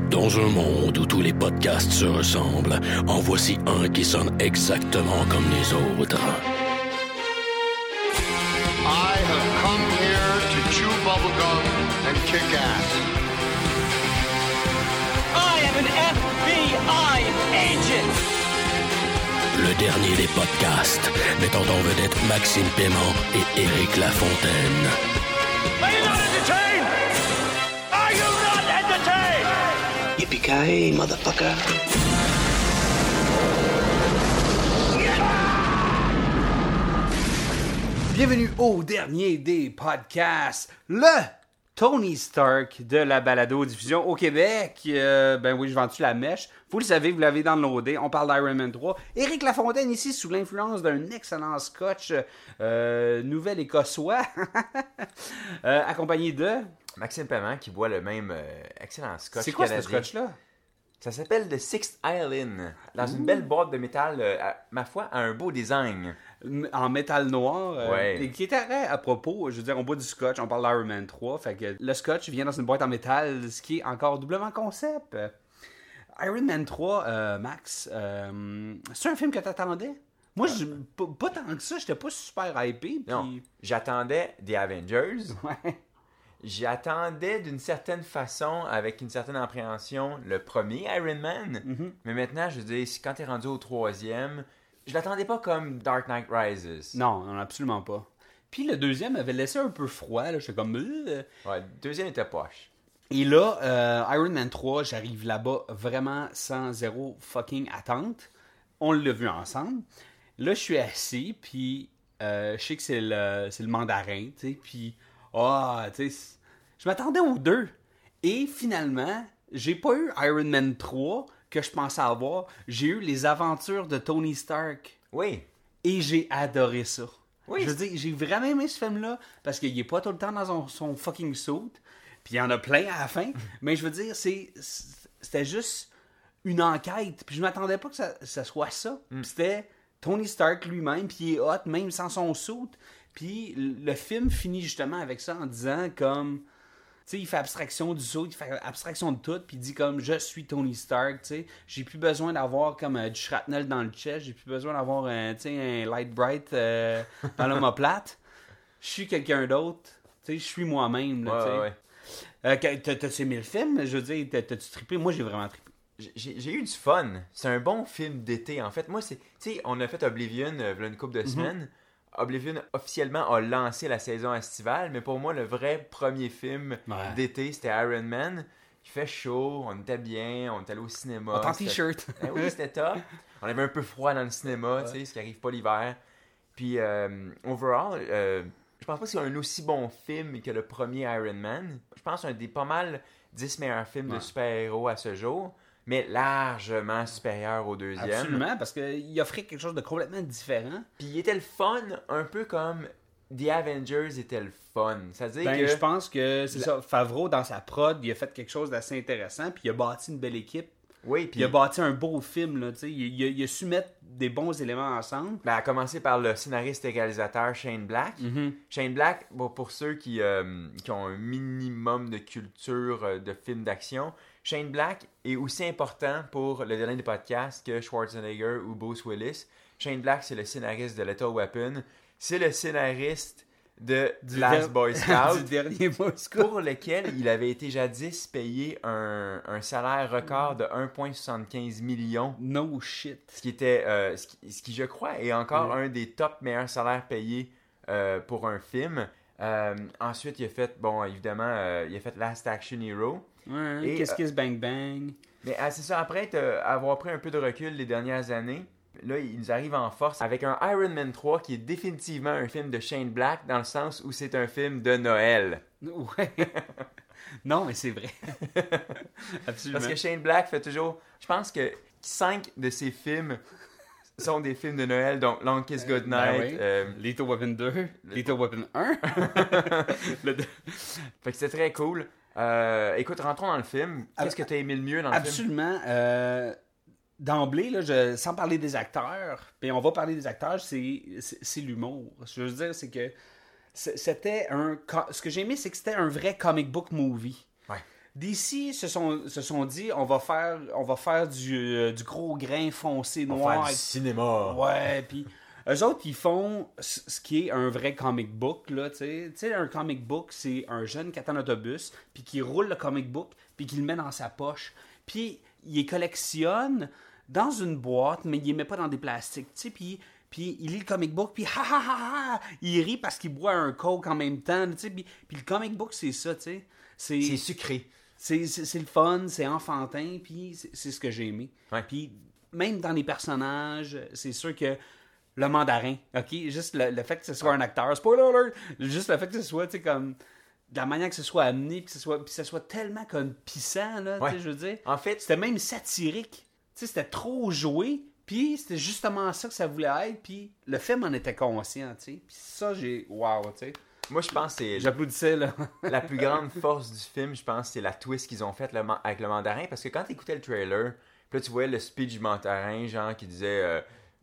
Dans un monde où tous les podcasts se ressemblent, en voici un qui sonne exactement comme les autres. I have come here to chew bubblegum and kick ass. I am an FBI agent! Le dernier des podcasts, mettant en vedette Maxime Paiement et Éric Lafontaine. Are you not entertained? Are you not entertained? Yippee-ki-yay, motherfucker. Bienvenue au dernier des podcasts, le Tony Stark de la balado-diffusion au Québec. Ben oui, je vends-tu la mèche? Vous le savez, vous l'avez downloadé. On parle d'Iron Man 3. Éric Lafontaine ici, sous l'influence d'un excellent scotch nouvel écossois, accompagné de... Maxime Paiement qui boit le même excellent scotch. C'est quoi canadien. ce scotch-là? Ça s'appelle The Sixth Island. Dans une belle boîte de métal, ma foi, à un beau design. En métal noir, Ouais. et qui était à propos, je veux dire, on boit du scotch, on parle d'Iron Man 3, fait que le scotch vient dans une boîte en métal, ce qui est encore doublement concept. Iron Man 3, Max, c'est un film que t'attendais? Moi, pas tant que ça, j'étais pas super hypé. Non, Puis... j'attendais The Avengers. Ouais. J'attendais d'une certaine façon, avec une certaine appréhension, le premier Iron Man. Mm-hmm. Mais maintenant, je veux dire, quand t'es rendu au troisième, je l'attendais pas comme Dark Knight Rises. Non, absolument pas. Puis le deuxième avait laissé un peu froid, là, j'étais comme... Ouais, le deuxième était poche. Et là, Iron Man 3, j'arrive là-bas vraiment sans zéro fucking attente. On l'a vu ensemble. Là, je suis assis, puis je sais que c'est le mandarin, tu sais, puis... tu sais, je m'attendais aux deux. Et finalement, j'ai pas eu Iron Man 3 que je pensais avoir. J'ai eu les aventures de Tony Stark. Oui. Et j'ai adoré ça. Oui. Je veux dire, j'ai vraiment aimé ce film-là parce qu'il est pas tout le temps dans son fucking suit. Puis il y en a plein à la fin. Mais je veux dire, c'était juste une enquête. Puis je m'attendais pas que ça soit ça. Puis c'était Tony Stark lui-même. Puis il est hot même sans son suit. Puis le film finit justement avec ça en disant comme... Tu sais, il fait abstraction du saut, il fait abstraction de tout, puis il dit comme « Je suis Tony Stark », tu sais. J'ai plus besoin d'avoir comme du shrapnel dans le chest, j'ai plus besoin d'avoir un light bright dans l'omoplate. Je suis quelqu'un d'autre, tu sais, je suis moi-même, là, tu sais. T'as-tu aimé le film? Je veux dire, t'as-tu trippé? Moi, j'ai vraiment trippé. J'ai eu du fun. C'est un bon film d'été, en fait. Moi, tu sais, on a fait Oblivion il y a une couple de semaines. Oblivion officiellement a lancé la saison estivale, mais pour moi, le vrai premier film d'été, c'était Iron Man. Il fait chaud, on était bien, on était allé au cinéma. En t-shirt. Oui, c'était top. On avait un peu froid dans le cinéma, tu sais, ce qui arrive pas l'hiver. Puis, overall, je pense pas que c'est un aussi bon film que le premier Iron Man. Je pense que c'est un des pas mal 10 meilleurs films de super-héros à ce jour, mais largement supérieur au deuxième. Absolument, parce qu'il offrait quelque chose de complètement différent. Puis il était le fun, un peu comme The Avengers était le fun. C'est-à-dire que... Je pense que c'est ça. Favreau, dans sa prod, il a fait quelque chose d'assez intéressant, puis il a bâti une belle équipe. Oui, puis... Il a bâti un beau film, là, tu sais. Il a su mettre des bons éléments ensemble. Ben, à commencer par le scénariste et réalisateur Shane Black. Mm-hmm. Shane Black, bon, pour ceux qui ont un minimum de culture de films d'action, Shane Black est aussi important pour le dernier des podcasts que Schwarzenegger ou Bruce Willis. Shane Black, c'est le scénariste de Lethal Weapon. C'est le scénariste de Last Boy Scout. Du dernier Boy Scout. Pour lequel il avait été jadis payé un salaire record de 1,75 million. No shit. Ce qui était, ce qui je crois, est encore un des top meilleurs salaires payés pour un film. Ensuite, il a fait, bon, évidemment, il a fait Last Action Hero. Ouais, Et, Kiss Bang Bang. Mais c'est ça, après avoir pris un peu de recul les dernières années, là, il nous arrive en force avec un Iron Man 3 qui est définitivement un film de Shane Black dans le sens où c'est un film de Noël. Ouais. Non, mais c'est vrai. Absolument. Parce que Shane Black fait toujours... Je pense que 5 de ses films sont des films de Noël, donc Long Kiss Goodnight. Lethal Weapon 2, Lethal Weapon 1. Fait que c'était très cool. Écoute, rentrons dans le film. Qu'est-ce que tu as aimé le mieux dans le film? Absolument. D'emblée, là, sans parler des acteurs, puis on va parler des acteurs, c'est l'humour. Je veux dire, c'est que c'était ce que j'ai aimé, c'est que c'était un vrai comic book movie. Ouais. DC se sont dit, on va faire du gros grain foncé noir. Faire du cinéma. Ouais, puis eux autres, ils font ce qui est un vrai comic book, là, tu sais. Tu sais, un comic book, c'est un jeune qui attend l'autobus, puis qui roule le comic book, puis qui le met dans sa poche. Puis, il les collectionne dans une boîte, mais il les met pas dans des plastiques, tu sais, puis il lit le comic book, puis ha ha ha ha, il rit parce qu'il boit un coke en même temps, tu sais, puis le comic book, c'est ça, tu sais. C'est sucré. C'est le fun, c'est enfantin, puis c'est ce que j'ai aimé. Ouais. Puis même dans les personnages, c'est sûr que le mandarin, ok, juste le fait que ce soit un acteur, spoiler alert, juste le fait que ce soit, tu sais, comme de la manière que ce soit amené, puis que ce soit tellement comme pissant, là, tu sais, je veux dire. En fait, c'était même satirique, tu sais, c'était trop joué, puis c'était justement ça que ça voulait être, puis le film en était conscient, tu sais. Puis ça, wow, tu sais. Moi, je pense que c'est... J'applaudissais, là. La plus grande force du film, je pense, c'est la twist qu'ils ont faite avec le mandarin. Parce que quand tu écoutais le trailer, puis là, tu voyais le speech du mandarin, genre, qui disait...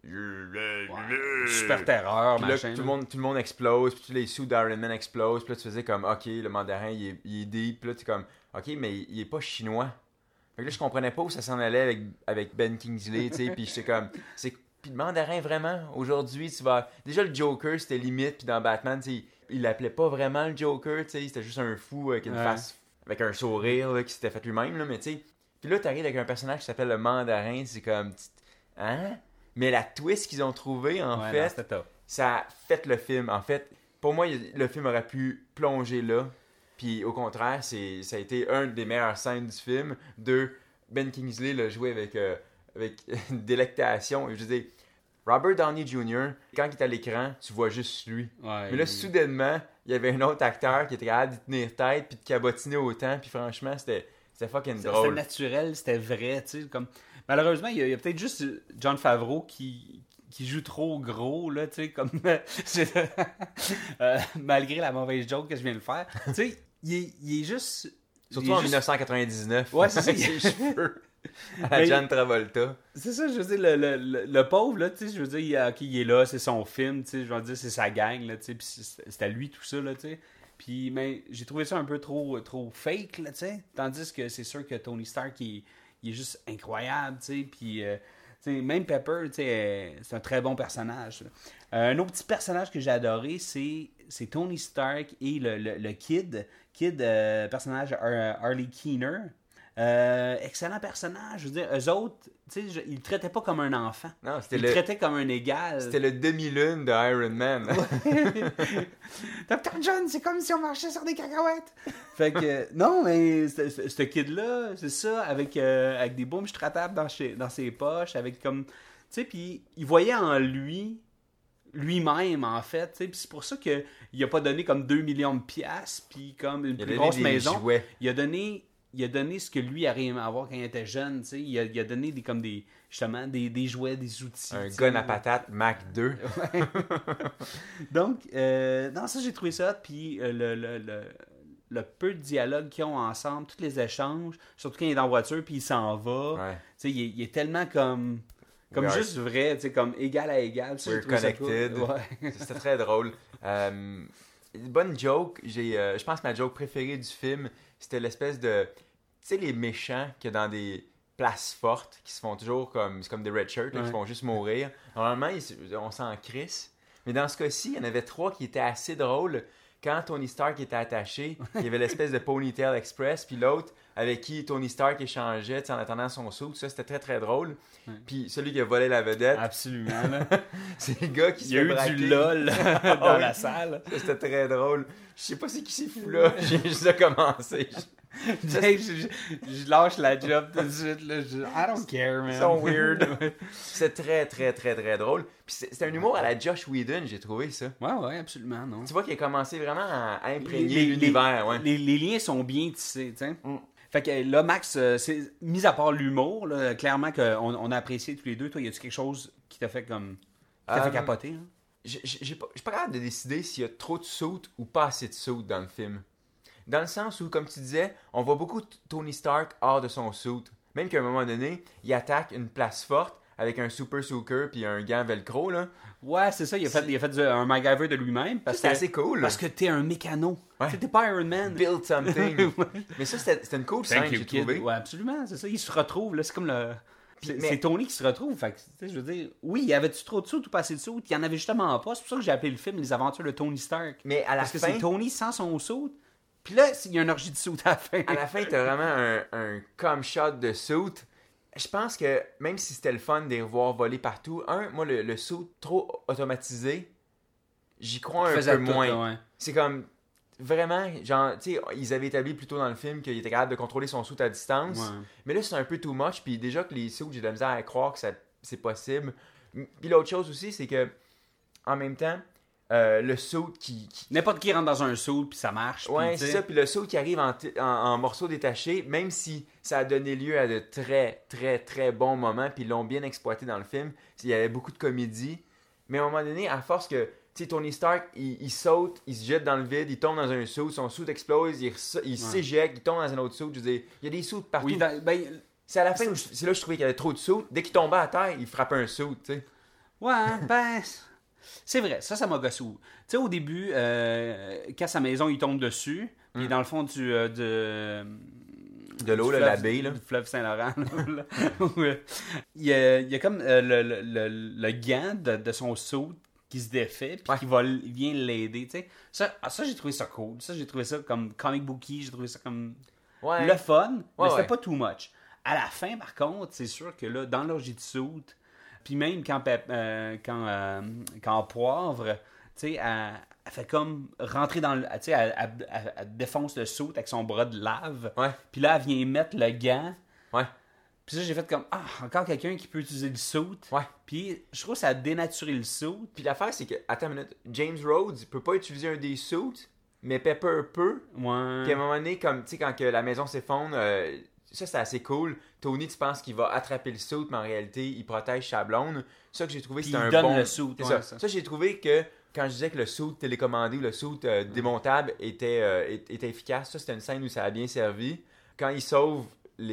Super terreur, puis là, machin. tout le monde explose, puis tous les sous d'Iron Man explosent. Puis là, tu faisais comme, OK, le mandarin, il est deep. Puis là, tu es comme, OK, mais il est pas chinois. Fait que là, je comprenais pas où ça s'en allait avec Ben Kingsley, tu sais. Puis j'étais comme... Puis le mandarin, vraiment, aujourd'hui, tu vas... Déjà, le Joker, c'était limite. Puis dans Batman, tu sais, il l'appelait pas vraiment le Joker, tu sais. C'était juste un fou avec une face... Avec un sourire, là, qui s'était fait lui-même, là. Mais tu sais... Puis là, t'arrives avec un personnage qui s'appelle le mandarin. C'est comme... Hein? Mais la twist qu'ils ont trouvée, en fait... Non, ça a fait le film. En fait, pour moi, le film aurait pu plonger là. Puis au contraire, ça a été un des meilleures scènes du film. Ben Kingsley l'a joué avec délectation. Je veux dire, Robert Downey Jr., quand il est à l'écran, tu vois juste lui. Ouais, mais là, soudainement, il y avait un autre acteur qui était capable d'y tenir tête puis de cabotiner autant. Puis franchement, c'était fucking drôle. C'était naturel, c'était vrai, tu sais. Comme... Malheureusement, il y a peut-être juste Jon Favreau qui joue trop gros, là, tu sais, comme... malgré la mauvaise joke que je viens de faire. Tu sais, il est juste... Surtout en 1999. Ouais, c'est ça. Ses cheveux. À la John Travolta. C'est ça, je veux dire, le pauvre, là, tu sais, je veux dire, il est là, c'est son film, tu sais, je veux dire, c'est sa gang, là, tu sais, puis c'est à lui tout ça, là, tu sais. Puis, mais j'ai trouvé ça un peu trop fake, là, tu sais. Tandis que c'est sûr que Tony Stark, il est juste incroyable, tu sais, puis... même Pepper, c'est un très bon personnage. Un autre petit personnage que j'ai adoré, c'est Tony Stark et le Kid, personnage Harley Keener. Excellent personnage. Je veux dire, eux autres, ils le traitaient pas comme un enfant. Non, ils le traitaient comme un égal. C'était le demi-lune de Iron Man. Dr. John, c'est comme si on marchait sur des cacahuètes. Fait que, non, mais ce kid-là, c'est ça, avec des booms tratables dans ses poches, avec comme, tu sais, puis il voyait en lui-même, en fait, tu sais, puis c'est pour ça qu'il a pas donné comme 2 millions de piastres, puis comme une plus grosse maison. Jouets. Il a donné ce que lui arrivait à avoir quand il était jeune, tu sais. Il a donné justement des jouets, des outils. Un gun à patate Mac 2. Ouais. Donc, non, ça, j'ai trouvé ça. Puis le peu de dialogue qu'ils ont ensemble, tous les échanges, surtout quand il est en voiture, puis il s'en va. Ouais. Tu sais, il est tellement comme juste vrai, tu sais, comme égal à égal. Ça, We're connected. Cool. Ouais. C'était très drôle. Une bonne joke. Je pense que ma joke préférée du film, c'était l'espèce de... Tu sais, les méchants qu'il y a dans des places fortes, qui se font toujours comme... C'est comme des red shirts, là, qui font juste mourir. Normalement, on s'en crisse. Mais dans ce cas-ci, il y en avait 3 qui étaient assez drôles. Quand Tony Stark était attaché, il y avait l'espèce de Ponytail Express, puis l'autre avec qui Tony Stark échangeait en attendant son saut. Ça, c'était très, très drôle. Puis celui qui a volé la vedette... Absolument, là. C'est le gars qui Il y a eu du LOL dans la salle. Ça, c'était très drôle. Je sais pas c'est qui ces fous-là. J'ai juste commencé. Je lâche la job tout de suite. Là. I don't care, man. Ils sont weird. C'est très, très, très, très drôle. Puis c'est un humour à la Josh Whedon, j'ai trouvé ça. Ouais, absolument, non. Tu vois qu'il a commencé vraiment à imprégner l'univers. Ouais. Les liens sont bien tissés, tu sais. Fait que là, Max, mis à part l'humour, là, clairement qu'on a apprécié tous les deux. Toi, y a-tu quelque chose qui t'a fait comme... qui t'a fait capoter, hein? J'ai pas capable de décider s'il y a trop de sautes ou pas assez de sautes dans le film. Dans le sens où, comme tu disais, on voit beaucoup Tony Stark hors de son suit. Même qu'à un moment donné, il attaque une place forte avec un super soaker puis un gant velcro, là. Ouais, c'est ça, il a fait un MacGyver de lui-même. C'est assez cool. Parce que t'es un mécano. Ouais. T'es pas Iron Man. Build something. Mais ça, c'était une cool scène, j'ai trouvé. Ouais, absolument, c'est ça. Il se retrouve, là, c'est comme le... Mais- C'est Tony qui se retrouve. Fait que, tu sais, je veux dire, oui, y avait-tu trop de sous ou pas assez de sous? Il y en avait justement pas. C'est pour ça que j'ai appelé le film Les Aventures de Tony Stark. Mais à la Parce que fin... c'est Tony sans son sou. Puis là, il y a une orgie de sous à la fin. À la fin, t'as vraiment un cum shot de suit. Je pense que même si c'était le fun de les revoir voler partout, moi, le suit trop automatisé, j'y crois un peu moins. Ouais. C'est comme, vraiment, genre, tu sais, ils avaient établi plus tôt dans le film qu'il était capable de contrôler son suit à distance. Ouais. Mais là, c'est un peu too much. Puis déjà que les suits, j'ai de la misère à croire que c'est possible. Puis l'autre chose aussi, c'est que, en même temps, le suit qui N'importe qui rentre dans un saut puis ça marche. ouais, puis, c'est tu sais, ça. Puis le saut qui arrive en morceaux détachés, même si ça a donné lieu à de très, très, très bons moments, puis ils l'ont bien exploité dans le film. Il y avait beaucoup de comédie. Mais à un moment donné, à force que, tu sais, Tony Stark, il saute, il se jette dans le vide, il tombe dans un saut, son saut explose, il s'éjecte, il tombe dans un autre saut. Je veux dire, il y a des sauts partout. oui, C'est à la fin, c'est là que je trouvais qu'il y avait trop de sauts. Dès qu'il tombait à terre, il frappait un saut, tu sais. ouais, ben... C'est vrai, ça m'a gossé. Tu sais, au début, quand sa maison, il tombe dessus, puis dans le fond De l'eau, du là, la fleuve- baie, là. du fleuve Saint-Laurent. Là, ouais. Il y a comme le gant de son saut qui se défait, puis il vient l'aider, tu sais. Ça, j'ai trouvé ça cool. Ça, j'ai trouvé ça comme comic booky, j'ai trouvé ça comme Ouais. le fun, mais c'était ouais. pas too much. À la fin, par contre, c'est sûr que là, dans l'orgie de saut, puis même quand Poivre, tu sais, elle fait comme rentrer dans le... Tu sais, elle défonce le saut avec son bras de lave. Ouais. Puis là, elle vient mettre le gant. Ouais. Puis ça, j'ai fait comme, encore quelqu'un qui peut utiliser le saut. Ouais. Puis je trouve que ça a dénaturé le saut. Puis l'affaire, c'est que, attends une minute, James Rhodes peut pas utiliser un des suits, mais Pepper peut. Ouais. Puis à un moment donné, comme, tu sais, quand que la maison s'effondre, ça, c'est assez cool. Tony, tu penses qu'il va attraper le suit, mais en réalité, il protège sa blonde. Ça que j'ai trouvé, Puis c'était il un donne bon... le suit, C'est ouais, ça. Ça, j'ai trouvé que, quand je disais que le suit télécommandé ou le suit démontable était efficace, ça, c'était une scène où ça a bien servi. Quand il sauve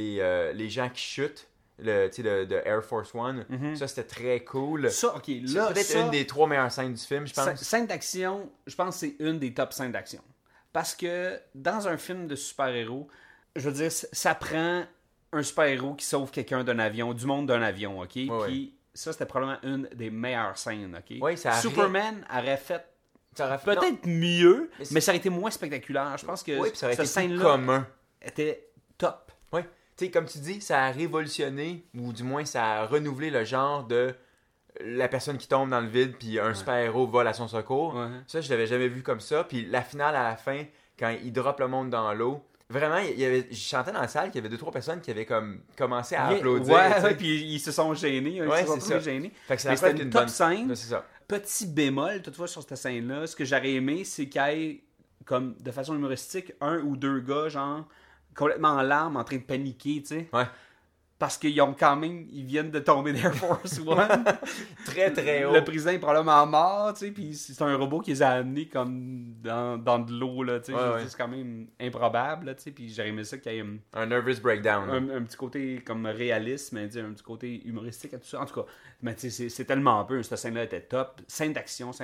les gens qui chutent, tu sais, de Air Force One, ça, c'était très cool. Ça, OK, C'est là, peut-être une des 3 meilleures scènes du film, je pense. Scène d'action, je pense que c'est une des top scènes d'action. Parce que dans un film de super-héros, je veux dire, ça prend un super-héros qui sauve quelqu'un d'un avion, du monde d'un avion, OK? Puis ça, c'était probablement une des meilleures scènes, OK? Ouais, ça Superman aurait fait Ça aurait fait- peut-être mieux, Mais c'est- mais ça aurait été moins spectaculaire. Je pense que Oui, puis ça aurait cette été plus scène-là commun. était top. Oui. Tu sais, comme tu dis, ça a révolutionné, ou du moins, ça a renouvelé le genre de la personne qui tombe dans le vide, puis un super-héros vole à son secours. Ouais. Ça, je l'avais jamais vu comme ça. Puis la finale, à la fin, quand il drop le monde dans l'eau, vraiment, je chantais dans la salle qu'il y avait 2-3 personnes qui avaient comme commencé à applaudir. Ouais, tu sais. ouais, puis ils se sont gênés. Ils Ouais, se sont c'est trouvés ça. gênés. Fait que ça Mais a c'était fait une une top bonne scène. Ouais, c'est ça. Petit bémol, toutefois, sur cette scène-là, ce que j'aurais aimé, c'est qu'il y ait, comme de façon humoristique, un ou deux gars, genre, complètement en larmes, en train de paniquer, tu sais. Ouais. Parce qu'ils ont quand même, ils viennent de tomber d'Air Force One. Très, très haut. Le président est probablement mort, tu sais, puis c'est un robot qui les a amenés comme dans de l'eau, là, tu sais. Ouais, Je veux ouais. dire, c'est quand même improbable, là, tu sais, puis j'aurais aimé ça qu'il y ait Un nervous breakdown. un petit côté comme réaliste, mais tu sais, un petit côté humoristique à tout ça. En tout cas, mais tu sais, c'est tellement peu. Cette scène-là était top. Scène d'action.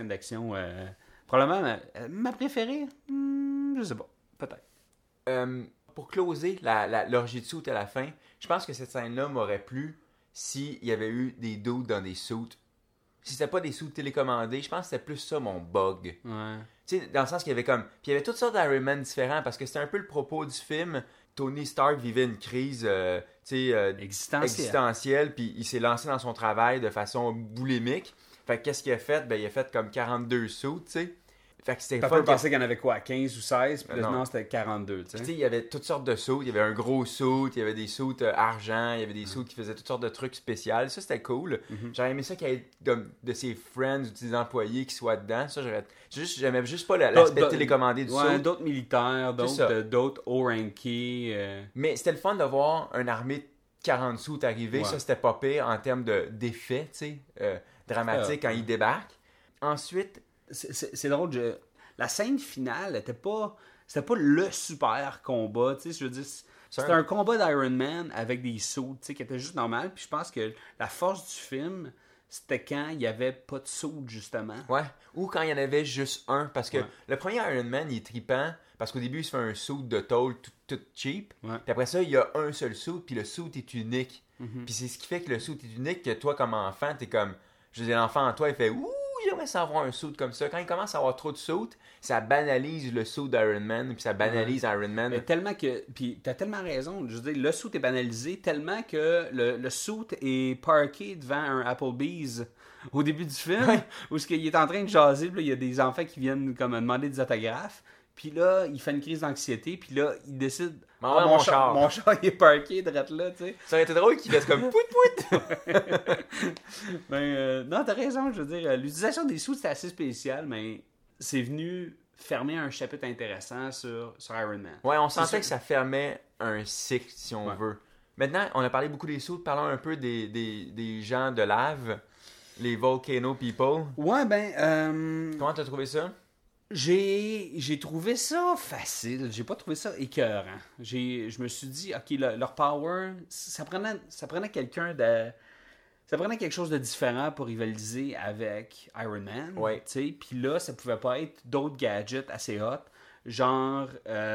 Probablement ma préférée. Je sais pas. Peut-être. Pour closer l'orgie de suit à la fin, je pense que cette scène-là m'aurait plu s'il y avait eu des dudes dans des suits. Si c'était pas des suits télécommandés, je pense que c'était plus ça mon bug. Ouais. Tu sais, dans le sens qu'il y avait comme... Puis il y avait toutes sortes d'Iron Man différents, parce que c'était un peu le propos du film. Tony Stark vivait une crise, tu sais... existentielle, puis il s'est lancé dans son travail de façon boulimique. Fait que qu'est-ce qu'il a fait? Ben, il a fait comme 42 suits, tu sais. Fait que c'était T'as fun. pas pensé qu'il y en avait quoi, 15 ou 16? Puis là, Non. non, c'était 42, tu Tu sais, sais. il y avait toutes sortes de suits. Il y avait un gros suit, il y avait des suits argent, il y avait des suits qui faisaient toutes sortes de trucs spéciaux. Ça, c'était cool. J'aurais aimé ça qu'il y ait de ses friends ou des employés qui soient dedans. Ça, j'aimais juste pas l'aspect télécommandé du Ouais, suit. d'autres militaires, C'est ça. d'autres haut-rankés. Mais c'était le fun de voir une armée de 40 suits arriver. Ouais. Ça, c'était pas pire en termes d'effets, tu sais, dramatiques quand ils débarquent. Ensuite, C'est drôle, la scène finale était pas... C'était pas le super combat, tu sais, je veux dire... C'était un combat d'Iron Man avec des sauts, tu sais, qui était juste normal. Puis je pense que la force du film, c'était quand il n'y avait pas de saut, justement. Ouais. Ou quand il y en avait juste un. Parce que le premier Iron Man, il est trippant. Parce qu'au début, il se fait un saut de tôle tout cheap. Ouais. Puis après ça, il y a un seul saut. Puis le saut est unique. Puis c'est ce qui fait que le saut est unique. Que toi, comme enfant, t'es comme... Je veux dire, l'enfant en toi, il fait « Ouh, j'aimerais savoir un saut comme ça. » Quand il commence à avoir trop de sauts, ça banalise le saut d'Iron Man. Puis ça banalise Iron Man. Mais tellement que... Puis t'as tellement raison. Je veux dire, le saut est banalisé tellement que le saut est parké devant un Applebee's au début du film. Ouais. Où il est en train de jaser. Puis là, il y a des enfants qui viennent comme demander des autographes. Puis là, il fait une crise d'anxiété. Puis là, il décide... Mon char. Mon char, il est parké direct là, tu sais. Ça aurait été drôle qu'il fasse comme « Pout, pout! » Non, t'as raison. Je veux dire, l'utilisation des sous, c'était assez spécial, mais c'est venu fermer un chapitre intéressant sur Iron Man. Ouais, on sentait que ça fermait un cycle, si on veut. Maintenant, on a parlé beaucoup des sauts. Parlons un peu des gens de lave, les Volcano People. Ouais, Comment t'as trouvé ça? J'ai trouvé ça facile. J'ai pas trouvé ça écœurant. Je me suis dit, OK, leur power, ça prenait quelqu'un de... Ça prenait quelque chose de différent pour rivaliser avec Iron Man. Ouais. Puis là, ça pouvait pas être d'autres gadgets assez hot. Genre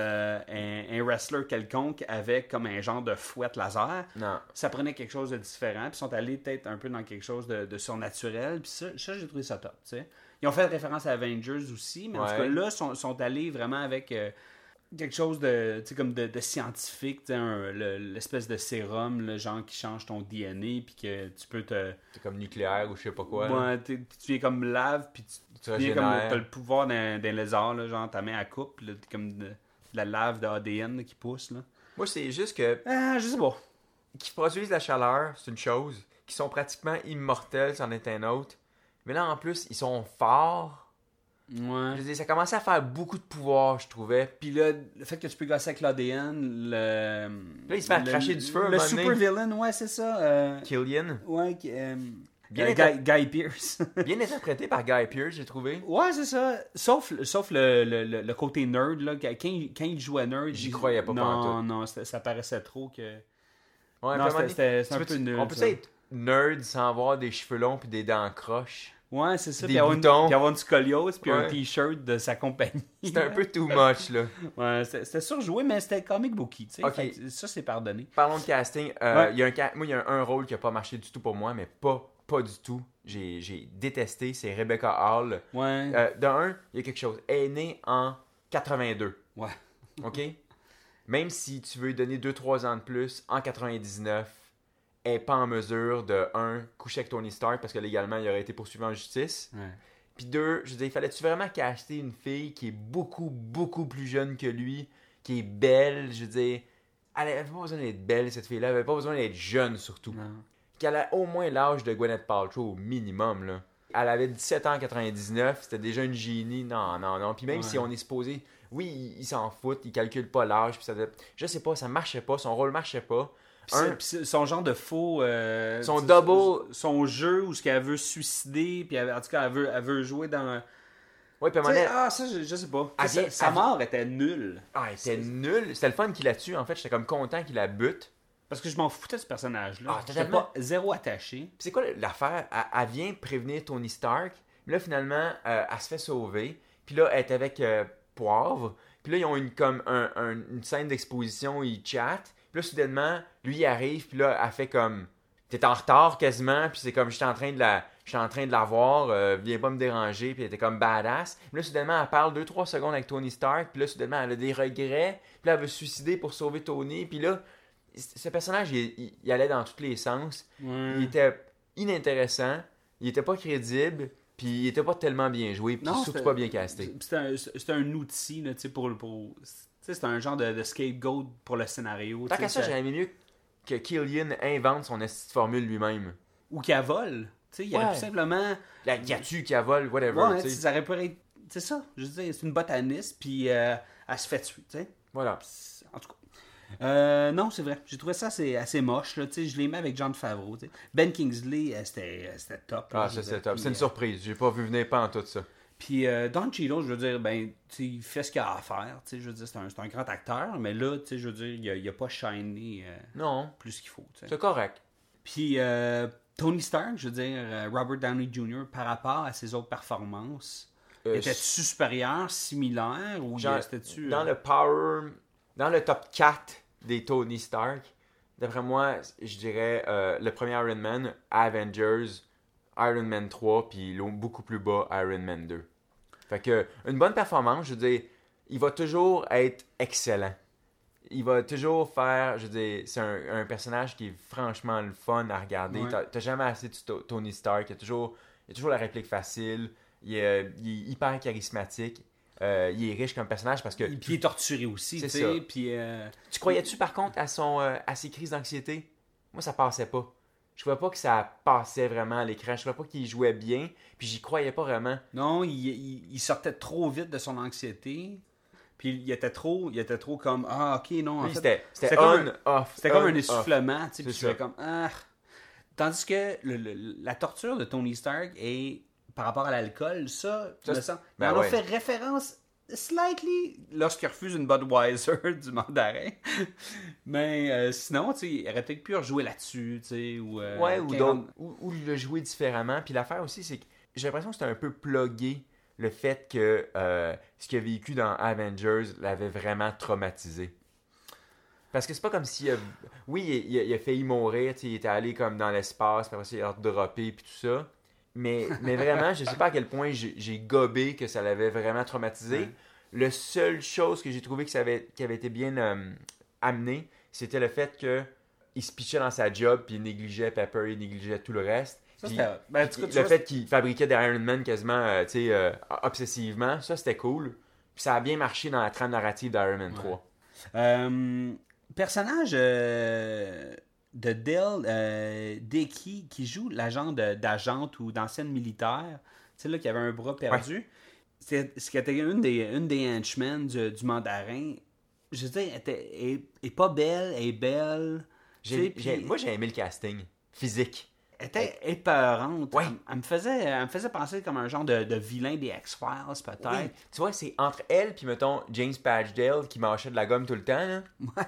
un wrestler quelconque avec comme un genre de fouette laser. Non. Ça prenait quelque chose de différent. Puis ils sont allés peut-être un peu dans quelque chose de surnaturel. Puis ça j'ai trouvé ça top. T'sais. Ils ont fait référence à Avengers aussi. Mais en tout cas, là, sont allés vraiment avec quelque chose de scientifique. L'espèce de sérum, le genre qui change ton DNA. Puis que tu peux te... C'est comme nucléaire ou je sais pas quoi. Ouais, tu es comme lave. Puis tu deviens comme régénères. t'as le pouvoir d'un lézard. Là, genre ta main à coupe. Puis là, t'es comme de la lave de ADN qui pousse. Là. Moi, c'est juste que... Je sais pas. Qui produisent la chaleur, c'est une chose. Qui sont pratiquement immortels, c'en est un autre. Mais là, en plus, ils sont forts. Ouais. Je veux dire, ça commençait à faire beaucoup de pouvoir, je trouvais. Puis là, le fait que tu peux gosser avec l'ADN, Là, il se fait cracher du feu à un le moment donné. super villain, ouais, c'est ça. Killian. Ouais, Bien Guy Pearce. Bien interprété par Guy Pearce, j'ai trouvé. Ouais, c'est ça. Sauf le côté nerd, là. Quand il jouait nerd... J'y croyais pas pantoute. Non, ça paraissait trop que... Ouais, Non, puis c'était un peu nul. On peut ça. être nerd sans avoir des cheveux longs puis des dents croches. Ouais, c'est ça. Des Puis boutons. avoir une scoliose, puis un Ouais. t-shirt de sa compagnie. C'était un peu too much, là. Ouais, c'était surjoué, mais c'était comic booky, tu sais. Ok. Fait que ça, c'est pardonné. Parlons de casting. Ouais. Il y a un rôle qui a pas marché du tout pour moi, mais pas du tout. J'ai détesté, c'est Rebecca Hall. Ouais. D'un, il y a quelque chose. Elle est née en 82. Ouais. OK? Même si tu veux lui donner 2-3 ans de plus, en 99, elle n'est pas en mesure de, coucher avec Tony Stark parce que légalement, il aurait été poursuivi en justice. Ouais. Puis 2, je veux dire, fallait-tu vraiment caster une fille qui est beaucoup, beaucoup plus jeune que lui, qui est belle, je veux dire... Elle avait pas besoin d'être belle, cette fille-là. Elle avait pas besoin d'être jeune, surtout. Non. Qu'elle a au moins l'âge de Gwyneth Paltrow, au minimum, là. Elle avait 17 ans en 99, c'était déjà une génie. Non. Puis même si on est supposé... Oui, il s'en fout, il calcule pas l'âge, puis ça... Je sais pas, ça marchait pas, son rôle marchait pas. Puis son genre de faux... Son double... Son jeu où ce qu'elle veut se suicider, puis en tout cas, elle veut jouer dans... Oui, puis à un moment donné, ça, je sais pas. Elle vient- Sa elle- mort était nulle. elle était nulle. C'était le fun qu'il la tue, en fait. J'étais comme content qu'il la bute. Parce que je m'en foutais de ce personnage-là. Ah, J'étais totalement. pas zéro attaché. Puis c'est quoi l'affaire? Elle vient prévenir Tony Stark. Mais là, finalement, elle se fait sauver. Puis là, elle est avec Poivre. Puis là, ils ont une scène d'exposition, ils chattent. Puis là, soudainement, lui, il arrive. Puis là, elle fait comme... T'es en retard quasiment. Puis c'est comme, je suis en train de la voir. Viens pas me déranger. Puis elle était comme badass. Puis là, soudainement, elle parle 2-3 secondes avec Tony Stark. Puis là, soudainement, elle a des regrets. Puis là, elle veut se suicider pour sauver Tony. Puis là, ce personnage, il allait dans tous les sens. Ouais. Il était inintéressant. Il était pas crédible. Puis il était pas tellement bien joué. Puis surtout c'était- pas bien casté. C'était un outil, là, tu sais, pour c'était un genre de scapegoat pour le scénario. Tant tu qu'à sais, ça, j'aurais aimé mieux que Killian invente son esti de formule lui-même. Ou qu'elle vole. Tu sais, il aurait Ouais. pu simplement... La gâtu qui avole, whatever. Ouais, tu sais. ça aurait pu être... C'est ça, je veux dire, c'est une botaniste, puis elle se fait tuer, tu sais. Voilà. En tout cas. Non, c'est vrai. J'ai trouvé ça assez moche. Là. Je l'ai mis avec John Favreau. T'sais. Ben Kingsley, c'était top. là, Ah, je ça veux c'est dire. top. Puis, C'est une surprise. J'ai pas vu venir pas en tout ça. Puis Don Cheadle, je veux dire, ben, tu sais, il fait ce qu'il a à faire. Tu sais, je veux dire, c'est un grand acteur, mais là, tu sais, je veux dire, il a pas shiné Non, plus qu'il faut. Tu sais. c'est correct. Puis Tony Stark, je veux dire, Robert Downey Jr., par rapport à ses autres performances, était-tu supérieur, similaire, ou c'était-tu... Dans le top 4 des Tony Stark, d'après moi, je dirais le premier Iron Man, Avengers, Iron Man 3, puis beaucoup plus bas, Iron Man 2. Fait que, une bonne performance, je veux dire, il va toujours être excellent. Il va toujours faire, je veux dire, c'est un personnage qui est franchement le fun à regarder. Ouais. T'as jamais assez de Tony Stark, il y a toujours la réplique facile, il est hyper charismatique, il est riche comme personnage parce que... Puis il est torturé aussi, C'est tu ça. sais, puis... Tu croyais-tu par contre à ses crises d'anxiété? Moi, ça passait pas. Je trouvais pas que ça passait vraiment à l'écran. Je trouvais pas qu'il jouait bien, puis j'y croyais pas vraiment. Non, il sortait trop vite de son anxiété. Puis il était trop comme ah ok non en Lui, fait c'était comme on-off. c'était comme un on-off. essoufflement, tu sais, puis C'est je fais ça. comme ah. Tandis que la torture de Tony Stark est par rapport à l'alcool, ça Ça, me semble. ben on a ouais. fait référence slightly lorsqu'il refuse une Budweiser du mandarin. Mais sinon, tu sais, il aurait peut-être pu rejouer là-dessus, tu sais, ou Ouais, ou, quand- d'autres, ou le jouer différemment. Puis l'affaire aussi, c'est que j'ai l'impression que c'était un peu plugué le fait que ce qu'il a vécu dans Avengers l'avait vraiment traumatisé. Parce que c'est pas comme si... oui, il a failli mourir, tu sais, il était allé comme dans l'espace, puis après ça, il a redroppé, puis tout ça. Mais vraiment, je sais pas à quel point j'ai gobé que ça l'avait vraiment traumatisé. Ouais. La seule chose que j'ai trouvé qui avait été bien amené, c'était le fait que il se pitchait dans sa job, puis il négligeait Pepper, il négligeait tout le reste. Ça, Puis, c'était- ben, en tout cas, tu le vois, fait qu'il fabriquait des Iron Man quasiment tu sais, obsessivement, ça c'était cool. Puis ça a bien marché dans la trame narrative d'Iron Man 3. Personnage de Dale Dickey qui joue l'agent d'agente ou d'ancienne militaire, tu sais là qui avait un bras perdu. C'est ce qui était une des henchmen du mandarin. Je veux dire, elle est pas belle, elle est belle. Tu sais, puis Moi j'ai aimé le casting physique. elle était épeurante. Ouais. Elle me faisait penser comme un genre de vilain des X-Files peut-être. Oui, tu vois, c'est entre elle puis mettons James Patchdale qui mâchait de la gomme tout le temps. Là.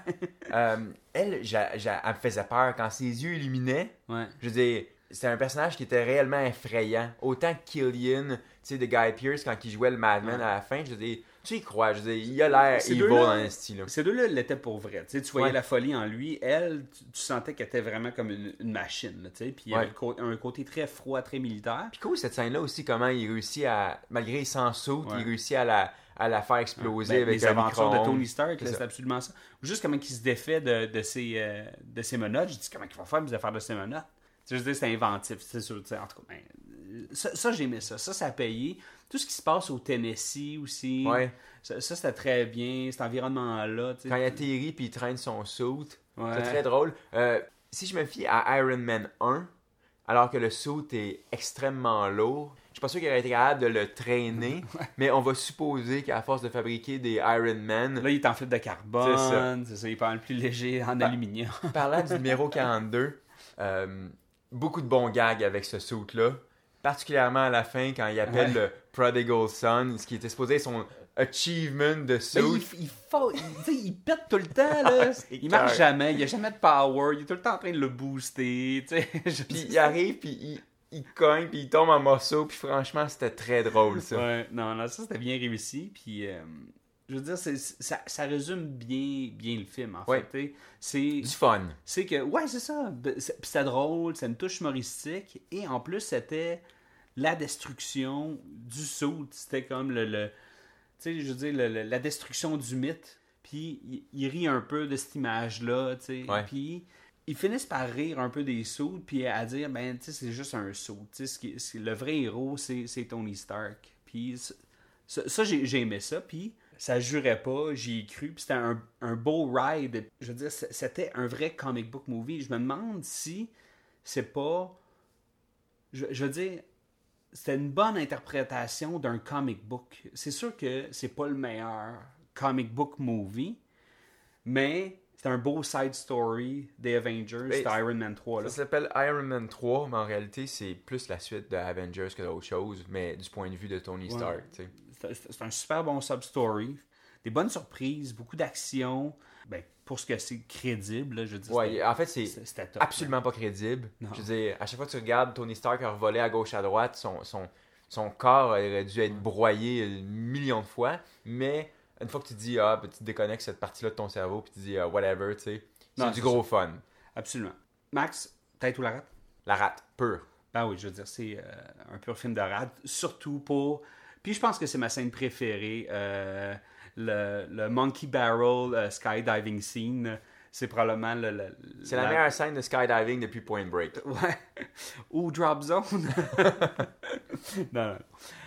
Elle me faisait peur quand ses yeux illuminaient. Ouais. Je veux dire, c'est un personnage qui était réellement effrayant. Autant que Killian, tu sais, de Guy Pearce quand il jouait le Madman à la fin, je veux dire, tu y crois, je veux dire, il a l'air Ces evil deux-là- dans le style. Là. Ces deux-là l'étaient pour vrai. Tu sais, tu voyais Ouais. la folie en lui. Elle, tu sentais qu'elle était vraiment comme une machine. Là, tu sais. Puis il y avait Ouais. un côté très froid, très militaire. Puis cool cette scène-là aussi, comment il réussit à, malgré sans saut, Ouais. il réussit à la faire exploser Ben, avec les un aventures de micro-ondes. Tony Stark, C'est là, ça. c'est absolument ça. Ou juste comment il se défait de ses menottes. Je dis comment il va faire pour se défaire de ses menottes. Tu sais, je veux dire, c'est inventif, c'est sûr. Tu sais, en tout cas, ben, ça j'aimais ça. Ça a payé. Tout ce qui se passe au Tennessee aussi. Ouais. Ça c'était très bien. Cet environnement-là. tu sais. Quand il atterrit puis il traîne son suit, Ouais. c'est très drôle. Si je me fie à Iron Man 1, alors que le suit est extrêmement lourd, je suis pas sûr qu'il aurait été capable de le traîner, mais on va supposer qu'à force de fabriquer des Iron Man, Là, il est en fibre de carbone. C'est ça. C'est ça. Il est pas mal plus léger en Ben, aluminium. parlant du numéro 42, beaucoup de bons gags avec ce suit-là. Particulièrement à la fin, quand il appelle Ouais. le Prodigal Son, ce qui était supposé être son achievement de suit. Mais tu sais, il pète tout le temps, là. C'est Il marche clair. jamais, il a jamais de power, il est tout le temps en train de le booster, tu sais. Puis il arrive, puis il cogne, puis il tombe en morceaux, puis franchement, c'était très drôle, ça. Ouais, non, ça c'était bien réussi, puis je veux dire, ça résume bien le film, en Ouais. fait, tu sais. Du fun. C'est que, ouais, c'est ça, puis c'était drôle, c'est une touche humoristique, et en plus, c'était la destruction du saut, c'était comme tu sais, je veux dire, la destruction du mythe. Puis il rit un peu de cette image-là, tu sais. Ouais. Puis ils finissent par rire un peu des sauts, puis à dire, ben, tu sais, c'est juste un saut. Tu sais, le vrai héros, c'est Tony Stark. Puis ça j'ai aimé ça, puis ça jurait pas, j'y ai cru, puis c'était un beau ride. Je veux dire, c'était un vrai comic book movie. Je me demande si c'est pas... Je veux dire... C'était une bonne interprétation d'un comic book. C'est sûr que c'est pas le meilleur comic book movie, mais c'était un beau side story des Avengers, c'était Iron Man 3. Là. Ça s'appelle Iron Man 3, mais en réalité, c'est plus la suite de Avengers que d'autres choses, mais du point de vue de Tony Stark. Tu sais. C'est un super bon sub-story. Des bonnes surprises, beaucoup d'action. Ben, pour ce que c'est crédible, là, je veux dire. Ouais, en fait, c'est c'était top, absolument pas crédible. Non. Je veux dire, à chaque fois que tu regardes Tony Stark revoler à gauche à droite, son corps aurait dû être broyé 1 million de fois, mais une fois que tu dis, ben, tu déconnectes cette partie-là de ton cerveau, puis tu dis, whatever, tu sais, c'est du gros fun. Absolument. Max, tête ou la rate? La rate, pure. Ben oui, je veux dire, c'est un pur film de rate, surtout pour... Puis je pense que c'est ma scène préférée, le Monkey Barrel skydiving scene. C'est probablement c'est la meilleure scène de skydiving depuis Point Break. Ouais. Ou Drop Zone. non.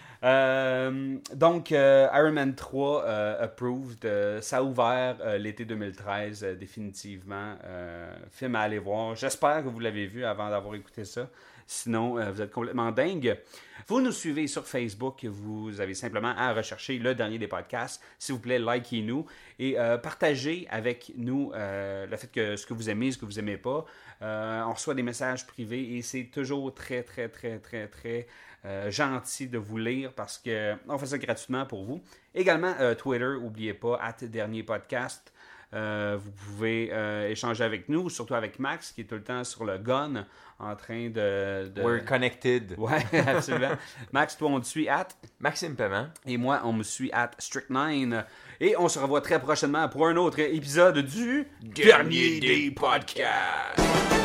Donc, Iron Man 3 approved. Ça a ouvert l'été 2013, définitivement. Film à aller voir. J'espère que vous l'avez vu avant d'avoir écouté ça. Sinon, vous êtes complètement dingue. Vous nous suivez sur Facebook. Vous avez simplement à rechercher le dernier des podcasts. S'il vous plaît, likez-nous et partagez avec nous le fait que ce que vous aimez, ce que vous n'aimez pas. On reçoit des messages privés et c'est toujours très, très, très, très, très gentil de vous lire parce qu'on fait ça gratuitement pour vous. Également, Twitter, n'oubliez pas, @dernierpodcast. Vous pouvez échanger avec nous, surtout avec Max qui est tout le temps sur le gun en train de... We're connected. Ouais, absolument. Max, toi, on te suit Maxime Paiement. et moi, on me suit @Strict9. Et on se revoit très prochainement pour un autre épisode du Dernier des podcasts.